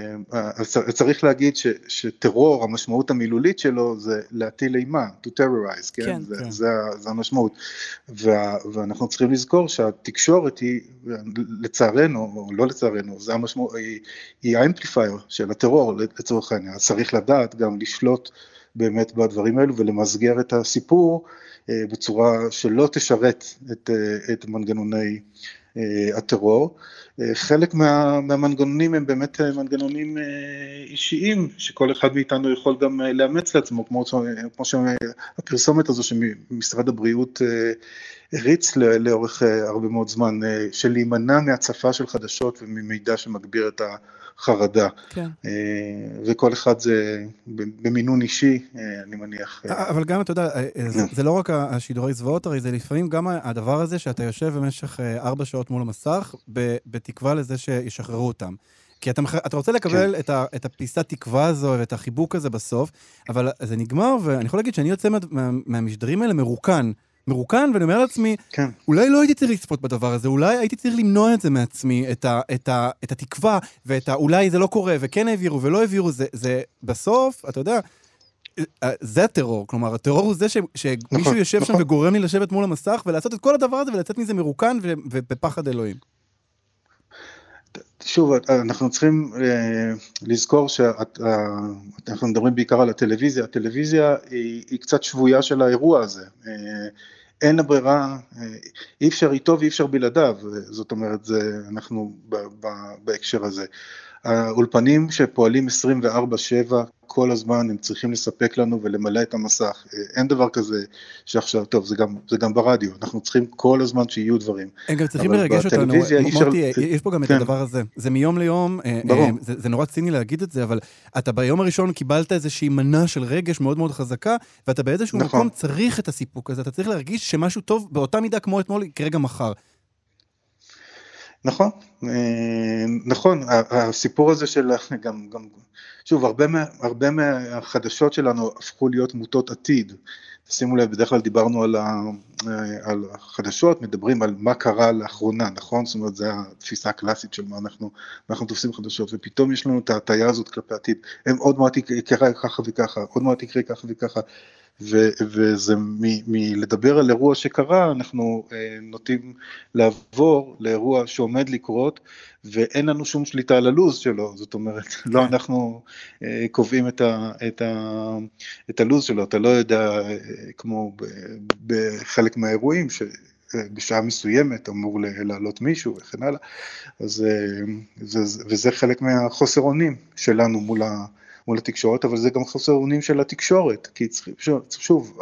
צריך להגיד שטרור, המשמעות המילולית שלו זה להטיל אימה, to terrorize, כן? זה המשמעות. ואנחנו צריכים לזכור שהתקשורת היא, לצערנו, או לא לצערנו, זה המשמעות, היא האמפליפייר של הטרור, לצורך העניין. צריך לדעת גם לשלוט באמת בדברים האלו ולמסגר את הסיפור בצורה שלא תשרת את מנגנוני הטרור. חלק מהמנגנונים הם באמת מנגנונים אישיים, שכל אחד מאיתנו יכול גם לאמץ לעצמו, כמו שהפרסומת הזו שמשרד הבריאות הריץ לאורך הרבה מאוד זמן, של להימנע מהצפה של חדשות וממידע שמגביר את החרדה. כן. וכל אחד זה במינון אישי, אני מניח. אבל גם, אתה יודע, זה לא רק השידורי זוועות, הרי זה לפעמים גם הדבר הזה שאתה יושב במשך 4 שעות מול המסך, בתקווה לזה שישחררו אותם. כי אתה רוצה לקבל את הפיסת תקווה הזו ואת החיבוק הזה בסוף, אבל זה נגמר, ואני יכול להגיד שאני יוצא מהמשדרים האלה מרוקן, ואני אומר לעצמי, אולי לא הייתי צריך לצפות בדבר הזה, אולי הייתי צריך למנוע את זה מעצמי, את התקווה, אולי זה לא קורה, וכן העבירו ולא העבירו, זה בסוף, אתה יודע, זה הטרור, כלומר, הטרור הוא זה שמישהו יושב שם וגורם לי לשבת מול המסך, ולעשות את כל הדבר הזה, ולצאת מזה מרוקן ובפחד אלוהים. שוב, אנחנו צריכים לזכור שאנחנו מדברים בעיקר על הטלוויזיה, הטלוויזיה היא קצת שבויה של האירוע הזה, אין הברירה, אי אפשר איתו ואי אפשר בלעדיו, זאת אומרת, אנחנו בהקשר הזה. האולפנים שפועלים 24/7 כל הזמן, הם צריכים לספק לנו ולמלא את המסך. אין דבר כזה שעכשיו, טוב, זה גם ברדיו, אנחנו צריכים כל הזמן שיהיו דברים. הם גם צריכים לרגש אותנו, מוטי, יש פה גם את הדבר הזה. זה מיום ליום, זה נורא ציני להגיד את זה, אבל אתה ביום הראשון קיבלת איזושהי מנה של רגש מאוד מאוד חזקה, ואתה באיזשהו מקום צריך את הסיפוק הזה, אתה צריך להרגיש שמשהו טוב באותה מידה כמו אתמול, כרגע מחר. נכון, הסיפור הזה של שוב, הרבה מהחדשות שלנו הפכו להיות מוטות עתיד, שימו לב, בדרך כלל דיברנו על החדשות, מדברים על מה קרה לאחרונה, נכון? זאת אומרת, זו התפיסה הקלאסית של מה אנחנו תופסים חדשות, ופתאום יש לנו את ההטיה הזאת כלפי העתיד, הם עוד מעט יקרה ככה וככה, עוד מעט יקרה ככה וככה, וזה מלדבר על אירוע שקרה, אנחנו נוטים לעבור לאירוע שעומד לקרות, ואין לנו שום שליטה על הלוז שלו, זאת אומרת, לא אנחנו קובעים את הלוז שלו, אתה לא יודע, כמו בחלק מהאירועים, שבשעה מסוימת אמור לעלות מישהו וכן הלאה, וזה חלק מהחוסר אונים שלנו מול התקשורת, אבל זה גם חוסר אונים של התקשורת, כי שוב,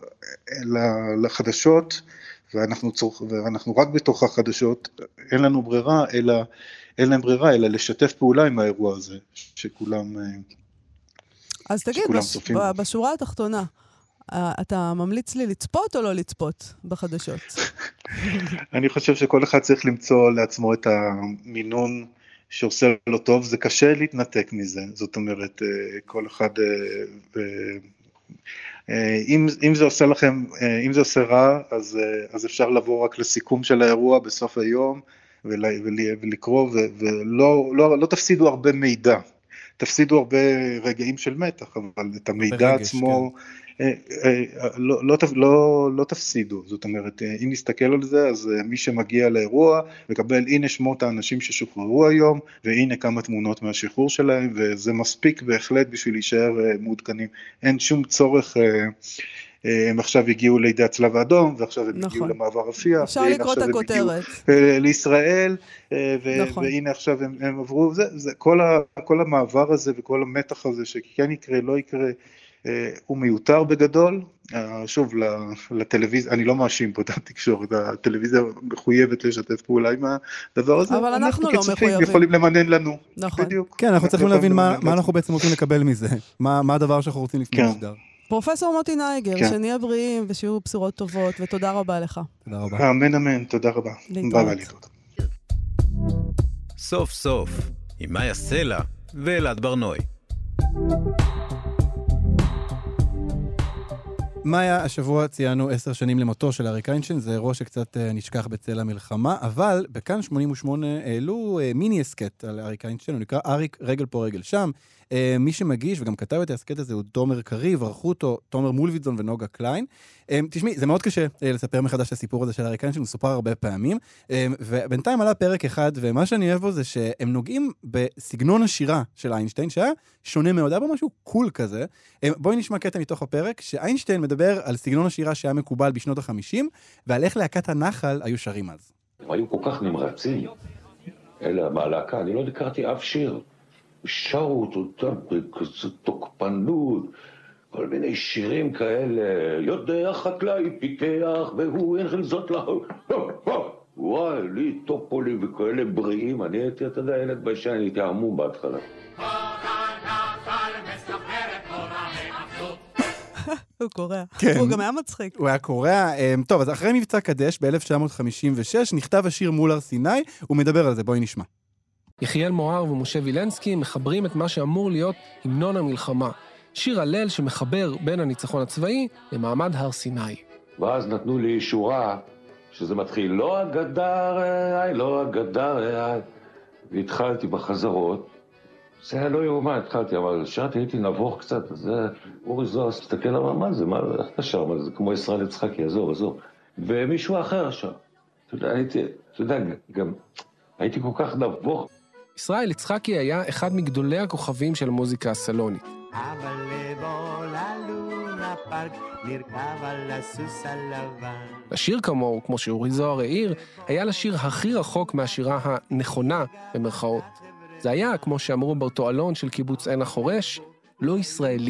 לחדשות, ואנחנו רק בתוך החדשות, אין להם ברירה, אלא לשתף פעולה עם האירוע הזה, שכולם אז תגיד, בשורה התחתונה, אתה ממליץ לי לצפות או לא לצפות בחדשות? אני חושב שכל אחד צריך למצוא לעצמו את המינון שעושה לו טוב, זה קשה להתנתק מזה, זאת אומרת, כל אחד, אם זה עושה לכם, אם זה עושה רע, אז אפשר לבוא רק לסיכום של האירוע בסוף היום, ולקרוא, ולא תפסידו הרבה מידע, תפסידו הרבה רגעים של מתח, אבל את המידע עצמו, לא תפסידו, זאת אומרת, אם נסתכל על זה, אז מי שמגיע לאירוע, מקבל, הנה שמות האנשים ששוחררו היום, והנה כמה תמונות מהשחרור שלהם, וזה מספיק בהחלט בשביל להישאר מעודכנים, אין שום צורך, הם עכשיו הגיעו לידי הצלב האדום, ועכשיו הם הגיעו למעבר רפיח, אפשר לקרוא את הכותרת. לישראל, והנה עכשיו הם עברו, כל המעבר הזה וכל המתח הזה, שכן יקרה, לא יקרה, הוא מיותר בגדול, שוב, לטלוויזיה, אני לא מאשים פה את התקשורת, הטלוויזיה מחויבת לשתף פעולה עם הדבר הזה, אבל אנחנו לא מחויבים. יכולים למנן לנו. נכון. בדיוק. כן, אנחנו צריכים להבין מה אנחנו בעצם רוצים לקבל מזה, מה הדבר שאנחנו רוצים לפני משדר. פרופסור מוטי נייגר, שנהיה בריאים ושיהיו בשורות טובות, ותודה רבה לך. תודה רבה. אמן, תודה רבה. להתראות. סוף סוף, עם מאיה סלע ואלעד ברנועי. מאיה, השבוע ציינו 10 שנים למותו של אריק איינשטיין, זה אירוע שקצת נשכח בצל המלחמה, אבל בכאן 88 העלו מיני הסקט על אריק איינשטיין, הוא נקרא אריק רגל פה רגל שם. מי שמגיש וגם כתב את ההסקט הזה הוא תומר קריב, ערכו אותו תומר מולביטזון ונוגה קליין. תשמעי, זה מאוד קשה לספר מחדש את הסיפור הזה של אריק איינשטיין, הוא סופר הרבה פעמים, ובינתיים עלה פרק אחד, ומה שאני אוהב בו זה שהם נוגעים בסגנון השירה של איינשטיין, שהיה שונה מאוד, היה בו משהו קול כזה. בואי נשמע קטע מתוך הפרק, שאיינשטיין מדבר על סגנון השירה שהיה מקובל בשנות ה-50, ועל איך להקת הנחל היו שרים אז. הם היו כל כך נמרצים, אלה מהלהקה, אני לא הכרתי אף שיר. שרו אותם בכזאת תוקפנות, כל מיני שירים כאלה, יודע חקלאי פיקח והוא אין חלזות לה, וואי, לי טופולים וכאלה בריאים, אני הייתי, אתה יודע, ילד בישן, אני הייתי עמום בהתחלה. הוא קורא. כן. הוא גם היה מצחיק. הוא היה קורא. טוב, אז אחרי מבצע קדש ב-1956 נכתב השיר מול הר סיני, הוא מדבר על זה, בואי נשמע. יחיאל מוהר ומשה וילנסקי מחברים את מה שאמור להיות המנון המלחמה. שיר הלל שמחבר בין הניצחון הצבאי למעמד הר סיני. ואז נתנו לי שורה שזה מתחיל, לא הגדר, לא הגדר, והתחלתי בחזרות. זה היה לא יאומן, התחלתי, אבל שרתי, הייתי נבוך קצת, אז אורי זוהר, תסתכל על מה זה, מה אתה שר, זה כמו ישראל יצחקי, עזוב. ומישהו אחר שם. אתה יודע, גם הייתי כל כך נבוך. ישראל יצחקי היה אחד מגדולי הכוכבים של המוזיקה הסלונית. לשיר כמוהו, כמו שאורי זוהר העיר, היה לשיר הכי רחוק מהשירה הנכונה במרכאות. זה היה, כמו שאמרו באותו אלון של קיבוץ עין החורש, לא ישראלי.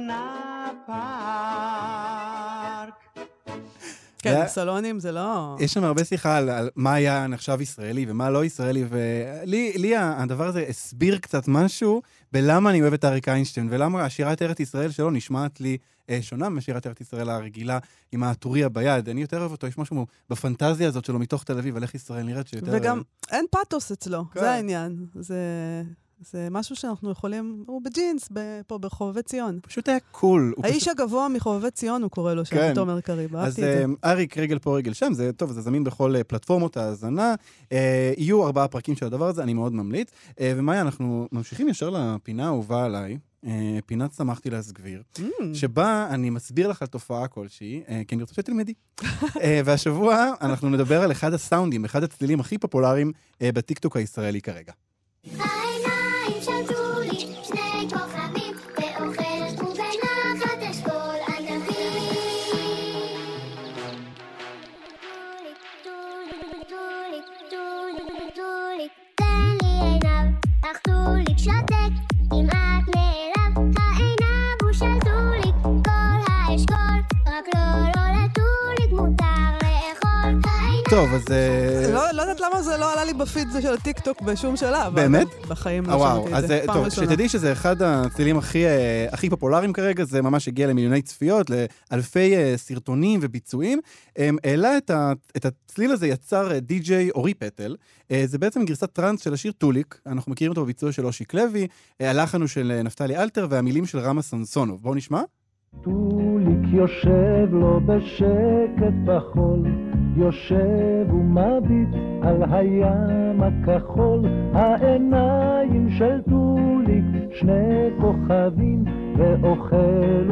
כן, סלונים זה לא... יש שם הרבה שיחה על מה היה נחשב ישראלי ומה לא ישראלי, ולי הדבר הזה הסביר קצת משהו בלמה אני אוהב את אריק איינשטיין, ולמה השירת ארץ ישראל שלו נשמעת לי שונה משירת ארץ ישראל הרגילה עם הטוריה ביד. אני יותר אוהב אותו, יש משהו בפנטזיה הזאת שלו מתוך תל אביב, על איך ישראל נראית שיותר... וגם אין פאטוס אצלו, זה העניין. זה משהו שאנחנו יכולים, הוא בג'ינס, פה ברחובי ציון. פשוט היה קול. האיש הגבוה מחובבי ציון, הוא קורא לו שם, תומר קריב, אהבתי את זה. אז אריק רגל פה רגל שם, זה טוב, זה זמין בכל פלטפורמות ההאזנה. יהיו 4 פרקים של הדבר הזה, אני מאוד ממליץ. ומאיה, אנחנו ממשיכים ישר לפינה האהובה עליי, פינת שמחתי להסגביר, שבה אני מסביר לך על תופעה כלשהי, כי אני רוצה שתלמדי. והשבוע אנחנו נדבר על אחד הסאונדים, אחד הצלילים הכי פופולריים בטיקטוק הישראלי כרגע. העיניים שלטו לי שני כוכבים ואוכלת ובנחת אשכול ענבים. טוליק, תן לי עיניו, אך טוליק שתק, כמעט נעלב, העיניו הוא של טוליק, כל האשכול, רק לא לטוליק מותר לאכול. טוב, אז... לא יודעת למה זה לא עלה לי בפיד של הטיקטוק בשום שלב. באמת? בחיים לא שמעתי את זה. טוב, שתדעי שזה אחד הצלילים הכי פופולריים כרגע, זה ממש הגיע למיליוני צפיות, לאלפי סרטונים וביצועים. העלה את הצליל הזה יצר די-ג'יי אורי פטל. זה בעצם גרסת טרנס של השיר טוליק. אנחנו מכירים אותו בביצוע של אושיק לוי, הלחן הוא של נפתלי אלתר, והמילים של רמה סנסונוב. בואו נשמע. טוליק יושב לו בשקט בחול, יושב ומביט על הים הכחול, העיניים של טוליק שני כוכבים, ואוכל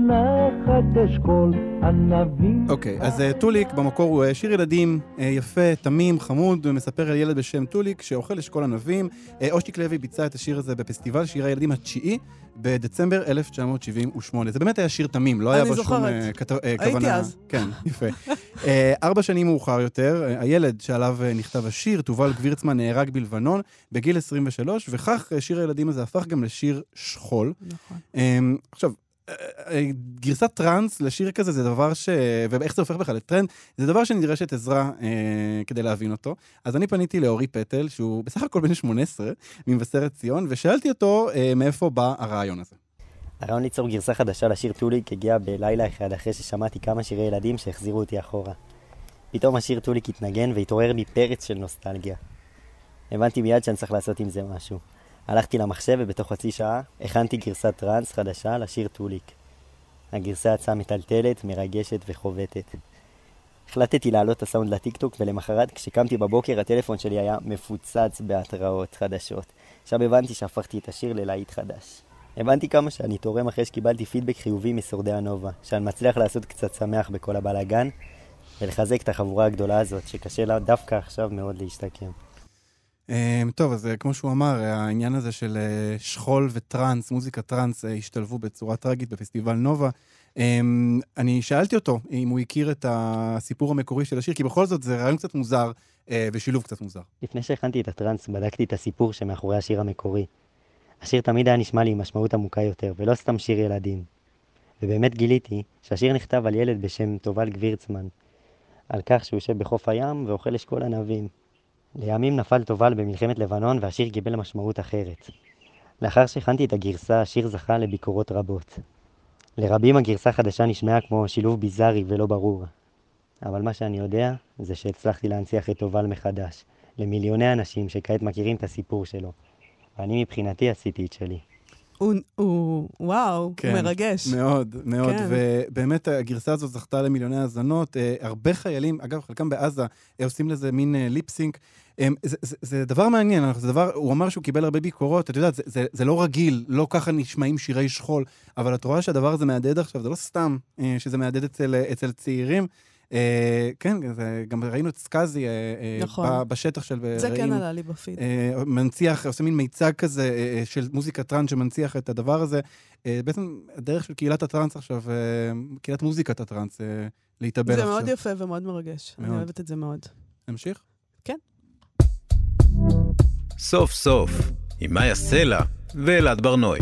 ובנחת אשכול ענבים. אוקיי, אז טוליק במקור הוא שיר ילדים יפה, תמים, חמוד, ומספר על ילד בשם טוליק שאוכל אשכול ענבים. אושיק לוי ביצע את השיר הזה בפסטיבל שירי הילדים התשיעי בדצמבר 1978. זה באמת היה שיר תמים, לא היה בו שום כוונה. הייתי אז. כן, יפה. 4 שנים מאוחר יותר, הילד שעליו נכתב השיר, תובל גבירצמן, נהרג בלבנון בגיל 23, וכך שיר הילדים הזה הפך גם לשיר שכול. נכון. עכשיו, גרסת טרנס לשיר כזה זה דבר ואיך זה הופך בכלל לטרנד, זה דבר שנדרשת עזרה כדי להבין אותו. אז אני פניתי לאורי פטל, שהוא בסך הכל בן 18, ממבשרת ציון, ושאלתי אותו מאיפה בא הרעיון הזה. הרעיון ליצור גרסה חדשה לשיר טוליק הגיע בלילה אחד אחרי ששמעתי כמה שירי ילדים שהחזירו אותי אחורה. פתאום השיר טוליק התנגן והתעורר מפרץ של נוסטלגיה. הבנתי מיד שאני צריך לעשות עם זה משהו. הלכתי למחשב ובתוך חצי שעה הכנתי גרסת טרנס חדשה לשיר טוליק. הגרסה יצאה מטלטלת, מרגשת וחובטת. החלטתי להעלות את הסאונד לטיקטוק, ולמחרת כשקמתי בבוקר הטלפון שלי היה מפוצץ בהתראות חדשות. עכשיו הבנתי שהפכתי את השיר ללהיט חדש. הבנתי כמה שאני תורם אחרי שקיבלתי פידבק חיובי משורדי הנובה, שאני מצליח לעשות קצת שמח בכל הבלגן, ולחזק את החבורה הגדולה הזאת שקשה לה דווקא עכשיו מאוד להשתקם. טוב, אז כמו שהוא אמר, העניין הזה של שכול וטרנס, מוזיקה טרנס, השתלבו בצורה טרגית בפסטיבל נובה. אני שאלתי אותו אם הוא הכיר את הסיפור המקורי של השיר, כי בכל זאת זה רעיון קצת מוזר ושילוב קצת מוזר. לפני שהכנתי את הטרנס, בדקתי את הסיפור שמאחורי השיר המקורי. השיר תמיד היה נשמע לי עם משמעות עמוקה יותר, ולא סתם שיר ילדים. ובאמת גיליתי שהשיר נכתב על ילד בשם תובל גבירצמן, על כך שהוא יושב בחוף הים ואוכל אשכול ענבים. לימים נפל תובל במלחמת לבנון והשיר קיבל משמעות אחרת. לאחר שהכנתי את הגרסה, השיר זכה לביקורות רבות. לרבים הגרסה החדשה נשמעה כמו שילוב ביזארי ולא ברור. אבל מה שאני יודע זה שהצלחתי להנציח את תובל מחדש, למיליוני אנשים שכעת מכירים את הסיפור שלו. ואני מבחינתי עשיתי את שלי. וואו, כן, הוא מרגש. מאוד, מאוד. כן. ובאמת הגרסה הזאת זכתה למיליוני האזנות. הרבה חיילים, אגב, חלקם בעזה, עושים לזה מין ליפסינק. זה דבר מעניין, הוא אמר שהוא קיבל הרבה ביקורות, את יודעת, זה לא רגיל, לא ככה נשמעים שירי שכול, אבל את רואה שהדבר הזה מעדד עכשיו, זה לא סתם שזה מעדד אצל צעירים. כן, גם ראינו את סקאזי בשטח של... זה כן עלה לי בפיד. מנציח, עושה מין מיצג כזה של מוזיקה טרנס שמנציח את הדבר הזה. בעצם הדרך של קהילת הטרנס עכשיו, קהילת מוזיקת הטרנס, להתאבל עכשיו. זה מאוד יפה ומאוד מרגש. אני אוהבת את זה מאוד. נמשיך? כן. סוף סוף, עם מאיה סלע ואלעד ברנוי.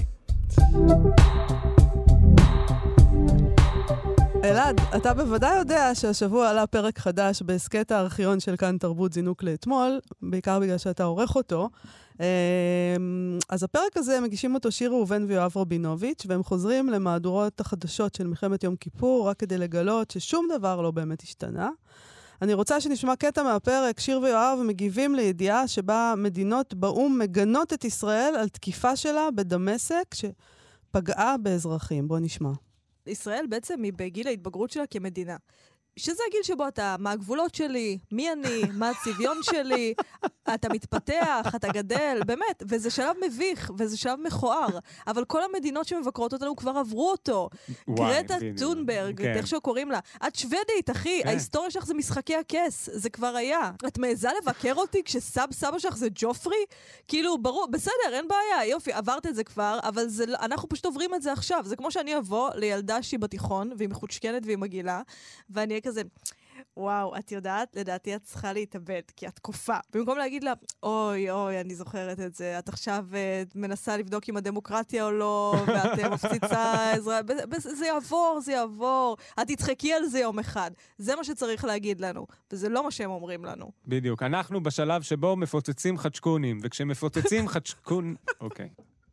אלעד, אתה בוודאי יודע שהשבוע עלה פרק חדש בעסקת הארכיון של כאן תרבות זינוק לאתמול, בעיקר בגלל שאתה עורך אותו. אז הפרק הזה מגישים אותו שיר ראובן ויואב רבינוביץ', והם חוזרים למהדורות החדשות של מלחמת יום כיפור, רק כדי לגלות ששום דבר לא באמת השתנה. אני רוצה שנשמע קטע מהפרק, שיר ויואב מגיבים לידיעה שבה מדינות באום מגנות את ישראל על תקיפה שלה בדמשק שפגעה באזרחים. בוא נשמע. ישראל בעצם היא בגיל ההתבגרות שלה כמדינה. שזה הגיל שבו אתה, מה הגבולות שלי, מי אני, מה הצביון שלי, אתה מתפתח, אתה גדל, באמת, וזה שלב מביך, וזה שלב מכוער, אבל כל המדינות שמבקרות אותנו כבר עברו אותו. גרטה טונברג, איך שקוראים לה. את שוודית, אחי, ההיסטוריה שלך זה משחקי הכס, זה כבר היה. את מעיזה לבקר אותי כשסבא שלך זה ג'ופרי? כאילו, ברור, בסדר, אין בעיה, יופי, עברת את זה כבר, אבל אנחנו פשוט עוברים את זה עכשיו. זה כמו שאני אבוא לילדה שהיא בתיכון, והיא מחושכנת והיא מגילה, ואני אהיה כזה, וואו, את יודעת, לדעתי את צריכה להתאבד, כי את קופה. במקום להגיד לה, אוי, אני זוכרת את זה, את עכשיו מנסה לבדוק אם הדמוקרטיה או לא, ואת מפציצה עזרה, זה יעבור, את תצחקי על זה יום אחד. זה מה שצריך להגיד לנו, וזה לא מה שהם אומרים לנו. בדיוק, אנחנו בשלב שבו מפוצצים חדשקונים, וכשמפוצצים חדשקון, אוקיי.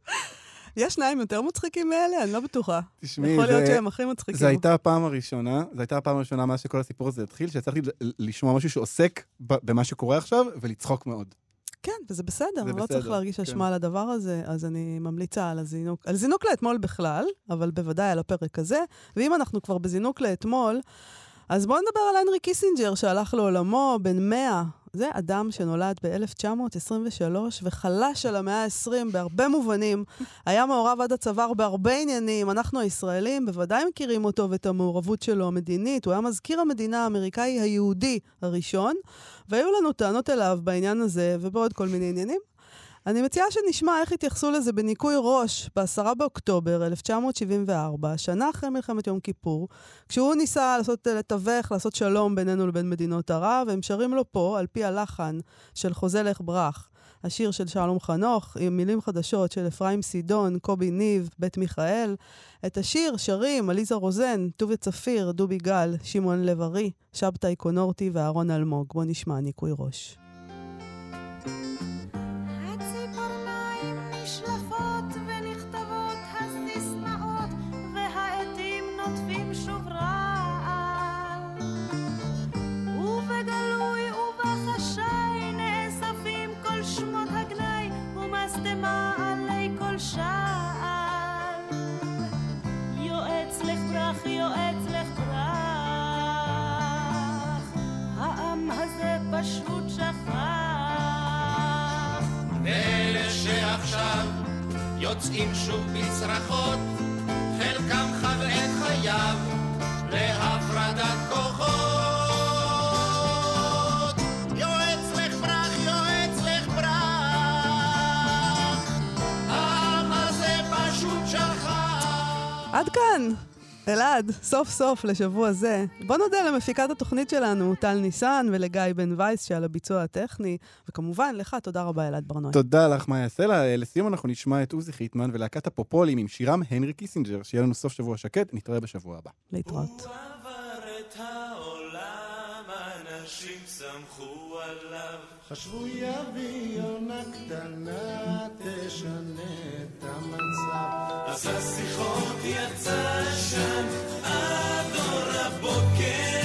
יש שניים יותר מצחיקים מאלה? אני לא בטוחה. תשמעי, יכול להיות שהם הכי מצחיקים. זו הייתה הפעם הראשונה מאז שכל הסיפור הזה התחיל, שהצלחתי לשמוע משהו שעוסק במה שקורה עכשיו, ולצחוק מאוד. כן, וזה בסדר, לא צריך להרגיש אשמה על הדבר הזה, אז אני ממליצה על הזינוק. על זינוק לאתמול בכלל, אבל בוודאי על הפרק הזה, ואם אנחנו כבר בזינוק לאתמול, אז בואו נדבר על הנרי קיסינג'ר שהלך לעולמו בן 100. זה אדם שנולד ב-1923 וחלש על המאה ה-20 בהרבה מובנים. היה מעורב עד הצוואר בהרבה עניינים. אנחנו הישראלים בוודאי מכירים אותו ואת המעורבות שלו המדינית. הוא היה מזכיר המדינה האמריקאי היהודי הראשון, והיו לנו טענות אליו בעניין הזה ובעוד כל מיני עניינים. אני מציעה שנשמע איך התייחסו לזה בניקוי ראש ב-10 באוקטובר 1974, שנה אחרי מלחמת יום כיפור, כשהוא ניסה לתווך, לעשות שלום בינינו לבין מדינות ערב, והם שרים לו פה, על פי הלחן של חוזה לך ברח, השיר של שלום חנוך, עם מילים חדשות של אפרים סידון, קובי ניב, בית מיכאל. את השיר שרים עליזה רוזן, טוביה צפיר, דובי גל, שמעון לב-ארי, שבתאי קונורטי ואהרון אלמוג. בוא נשמע ניקוי ראש. יועץ לך ברח, העם הזה פשוט שכח. ואלה שעכשיו יוצאים שוב בצרחות, חלקם חב את חייו להפרדת כוחות. יועץ לך ברח, העם הזה פשוט שכח. עד כאן, אלעד, סוף סוף לשבוע זה. בוא נודה למפיקת התוכנית שלנו, טל ניסן, ולגיא בן וייס שעל הביצוע הטכני, וכמובן לך, תודה רבה אלעד ברנועי. תודה לך מאיה סלע. לסיום אנחנו נשמע את עוזי חיטמן ולהקת הפופולים עם שירם הנרי קיסינג'ר, שיהיה לנו סוף שבוע שקט, נתראה בשבוע הבא. להתראות. הוא עבר את העולם, אנשים סמכו עליו, חשבו יביא עונה קטנה, תשנה את המצב. אז השיחות יצא שם עד אור הבוקר,